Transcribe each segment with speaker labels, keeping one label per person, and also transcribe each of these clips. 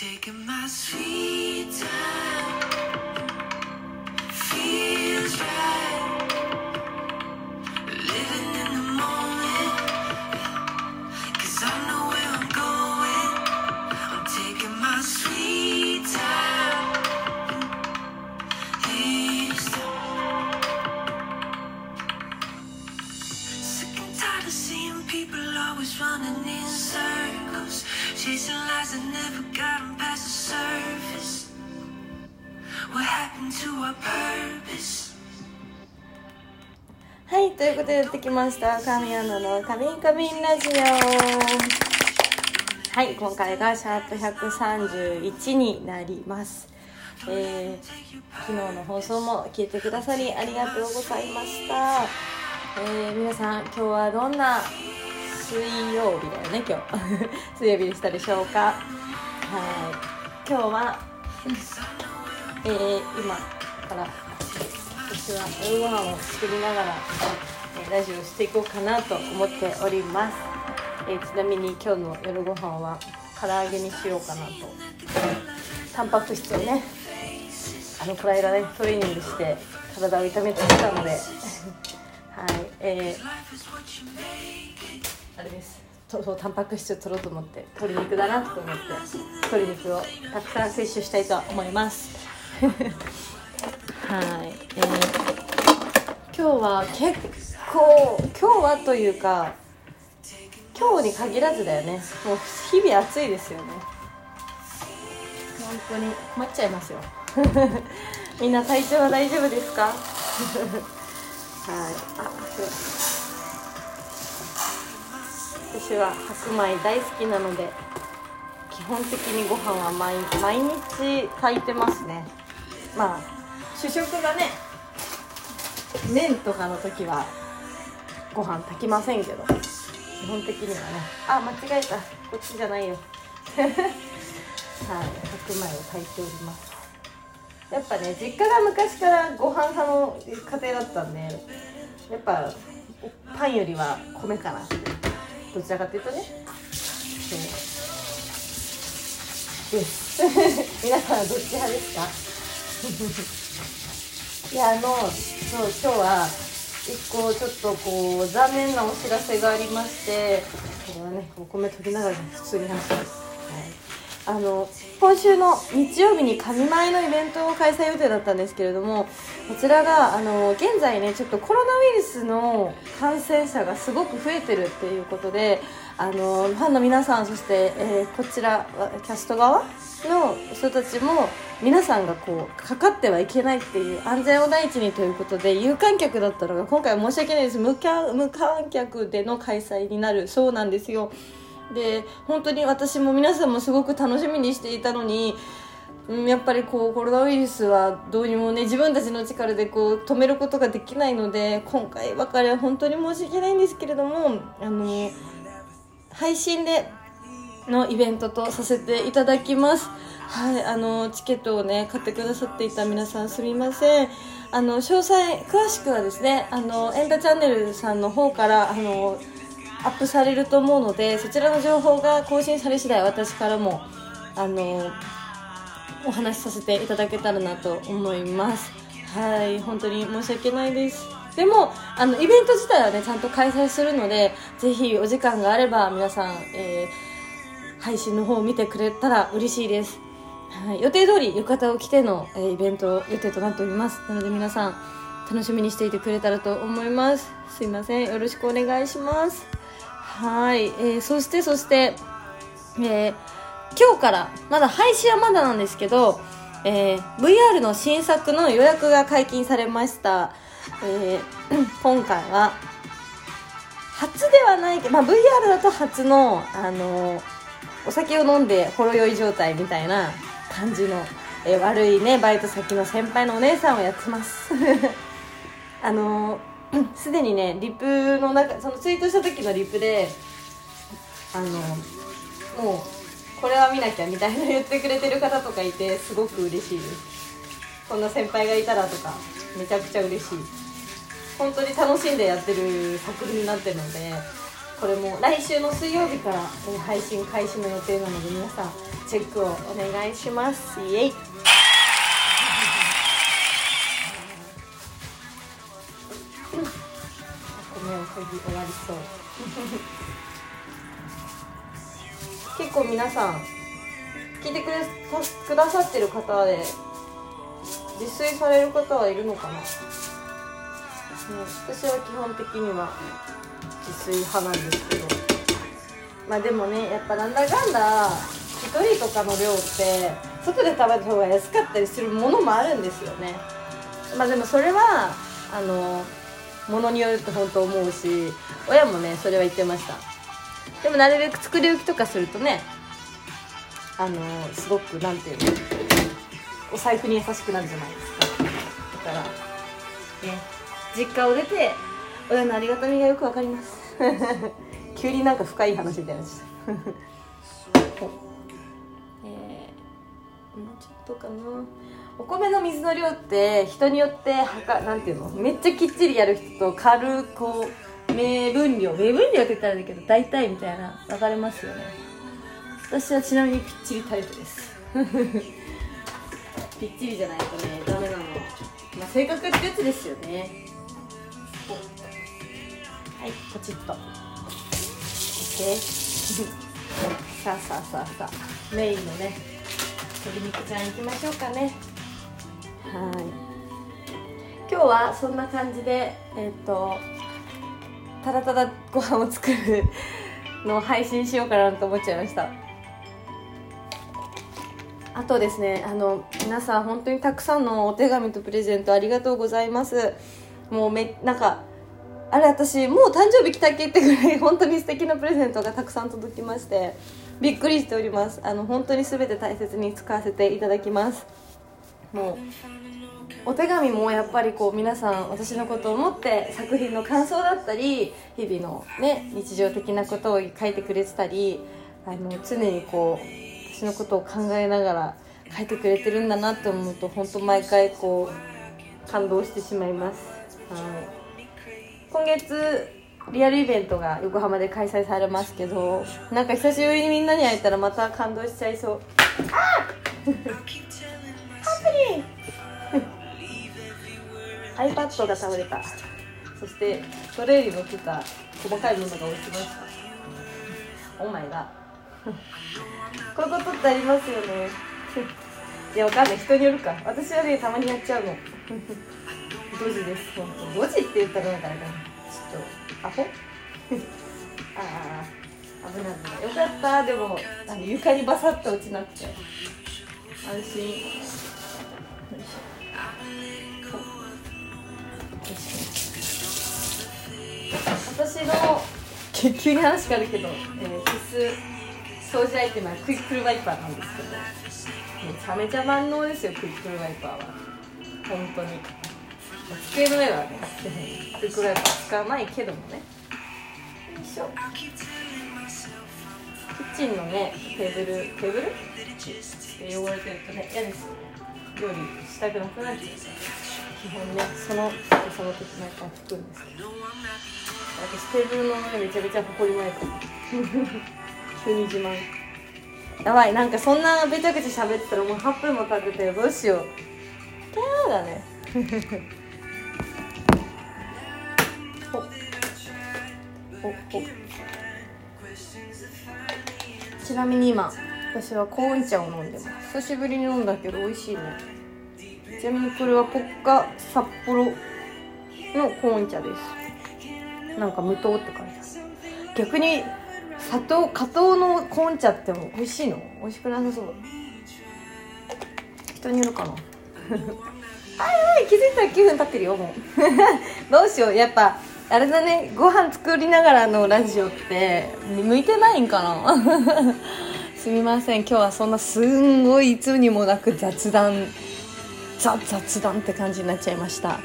Speaker 1: Taking my sweet time, feels right, living in the moment, 'cause I know where I'm going, I'm taking my sweet time, this time. Sick and tired of seeing people always running in circles, chasing lies that never got them past the surface. What happened to our purpose?
Speaker 2: はい、ということでやってきました神アナのカビンカビンラジオ。はい、今回がシャープ131になります。昨日の放送も聞いてくださりありがとうございました。皆さん今日はどんな水曜日だよね今日水曜日でしたでしょうか。はい、今日は、今から私は夜ご飯を作りながら、ラジオをしていこうかなと思っております。ちなみに今日の夜ご飯は唐揚げにしようかなと。タンパク質をねこの間ねトレーニングして体を痛めてきたのではい、あれです。そうタンパク質を取ろうと思って鶏肉だなと思って鶏肉をたくさん摂取したいと思いますはい、今日は結構今日はというか今日に限らずだよね。もう日々暑いですよね。本当に困っちゃいますよみんな体調は大丈夫ですかはい、私は白米大好きなので基本的にご飯は毎日炊いてますね。まあ主食がね麺とかの時はご飯炊きませんけど基本的にはね間違えたこっちじゃないよはい、白米を炊いております。やっぱね実家が昔からご飯派の家庭だったんでやっぱパンよりは米かなどちらかというとねです皆さんはどっち派ですかいやそう今日は一個ちょっとこう残念なお知らせがありまして、これはねお米取りながら普通に話します。はい、今週の日曜日に神前のイベントを開催予定だったんですけれども、こちらが現在ねちょっとコロナウイルスの感染者がすごく増えてるっていうことでファンの皆さんそして、こちらキャスト側の人たちも皆さんがこうかかってはいけないっていう安全を第一にということで有観客だったのが今回は申し訳ないです無観客での開催になるそうなんですよ。で本当に私も皆さんもすごく楽しみにしていたのにやっぱりこうコロナウイルスはどうにもね自分たちの力でこう止めることができないので今回ばかりは本当に申し訳ないんですけれども配信でのイベントとさせていただきます。はい、チケットをね買ってくださっていた皆さんすみません。詳しくはですねエンタチャンネルさんの方からアップされると思うのでそちらの情報が更新され次第私からもお話しさせていただけたらなと思います。はい、本当に申し訳ないです。でもイベント自体はねちゃんと開催するのでぜひお時間があれば皆さん、配信の方を見てくれたら嬉しいです。はい、予定通り浴衣を着ての、イベント予定となっております。なので皆さん楽しみにしていてくれたらと思います。すいません、よろしくお願いします。はい、そして、今日からまだ配信はまだなんですけど、VR の新作の予約が解禁されました。今回は初ではないけど、VR だと初の、お酒を飲んでほろ酔い状態みたいな感じの、悪いねバイト先の先輩のお姉さんをやってますすでにねリプの中そのツイートした時のリプでもうこれは見なきゃみたいな言ってくれてる方とかいてすごく嬉しいです。こんな先輩がいたらとかめちゃくちゃ嬉しい。本当に楽しんでやってる作品になってるのでこれも来週の水曜日から配信開始の予定なので、皆さんチェックをお願いします。イエイ。米を研ぎ終わりそう結構皆さん聞いてくださってる方で自炊される方はいるのかな。私は基本的には自炊派なんですけど、まあでもね、やっぱなんだかんだ1人とかの量って外で食べた方が安かったりするものもあるんですよね。まあでもそれはものによると本当思うし、親もねそれは言ってました。でもなるべく作り置きとかするとね、すごくなんていうの、お財布に優しくなるじゃないですか。だからね、実家を出て親のありがたみがよくわかります急になんか深い話みたいなもうちょっとかな。お米の水の量って人によってなんていうの、めっちゃきっちりやる人と軽くこう目分量って言ったらだけど大体みたいな分かれますよね。私はちなみにぴっちりタイプですぴっちりじゃないとねダメなの。まあ性格ってやつですよね。はい、ポチッと OK さあメインのね鶏肉ちゃんいきましょうかね。はい、今日はそんな感じでただただご飯を作るのを配信しようかなと思っちゃいました。あとですね、皆さん本当にたくさんのお手紙とプレゼントありがとうございます。もうなんかあれ、私もう誕生日来たっけってぐらい本当に素敵なプレゼントがたくさん届きましてびっくりしております。本当に全て大切に使わせていただきます。もうお手紙もやっぱりこう皆さん私のことを思って作品の感想だったり日々のね日常的なことを書いてくれてたり、常にこう私のことを考えながら書いてくれてるんだなって思うと本当毎回こう感動してしまいます。はい、今月リアルイベントが横浜で開催されますけど、なんか久しぶりにみんなに会えたらまた感動しちゃいそう。ハプニングiPad が倒れた。そしてトレイに乗ってた細かいものが落ちましたお前がこういうことってありますよねいやわかんない、人によるか。私はねたまにやっちゃうのドジです。本当ドジって言ったらなんかちょっとアホああ危ないよかった。でも床にバサッと落ちなくて安心。私の急に話変わるけど、必須掃除アイテムはクイックルワイパーなんですけど、めちゃめちゃ万能ですよクイックルワイパーは。本当に机の上はねクイックルワイパー使わないけどもね。よいしょ。キッチンのねテーブル汚れてるとね嫌ですよね。料理したくなくなっちゃう。基本ねその時毎回拭くんですけど、私テーブルの上めちゃめちゃほこりまいて急に自慢。やばい、なんかそんなべちゃくちゃ喋ってたらもう8分も経っててどうしよう。キャーだねちなみに今私はコーン茶を飲んでます。久しぶりに飲んだけど美味しいね。ちなみにこれはポッカ札幌のコーン茶です。なんか無糖って書いてある。逆に加糖のコーン茶っても美味しいの？美味しくなさそう。人によるかな気づいたら9分経ってるよもうどうしよう。やっぱあれだね、ご飯作りながらのラジオって向いてないんかなすみません、今日はそんなすんごいいつにもなく雑談って感じになっちゃいました。はい、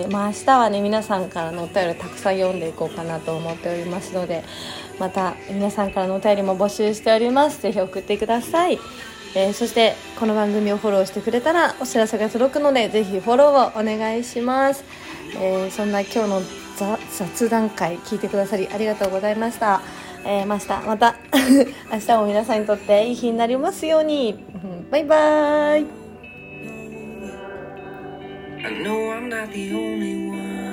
Speaker 2: 明日はね皆さんからのお便りたくさん読んでいこうかなと思っておりますので、また皆さんからのお便りも募集しております。ぜひ送ってください。そしてこの番組をフォローしてくれたらお知らせが届くのでぜひフォローをお願いします。そんな今日の雑談会聞いてくださりありがとうございました。また明日も皆さんにとっていい日になりますように。バイバイ。
Speaker 1: I know I'm not the only one.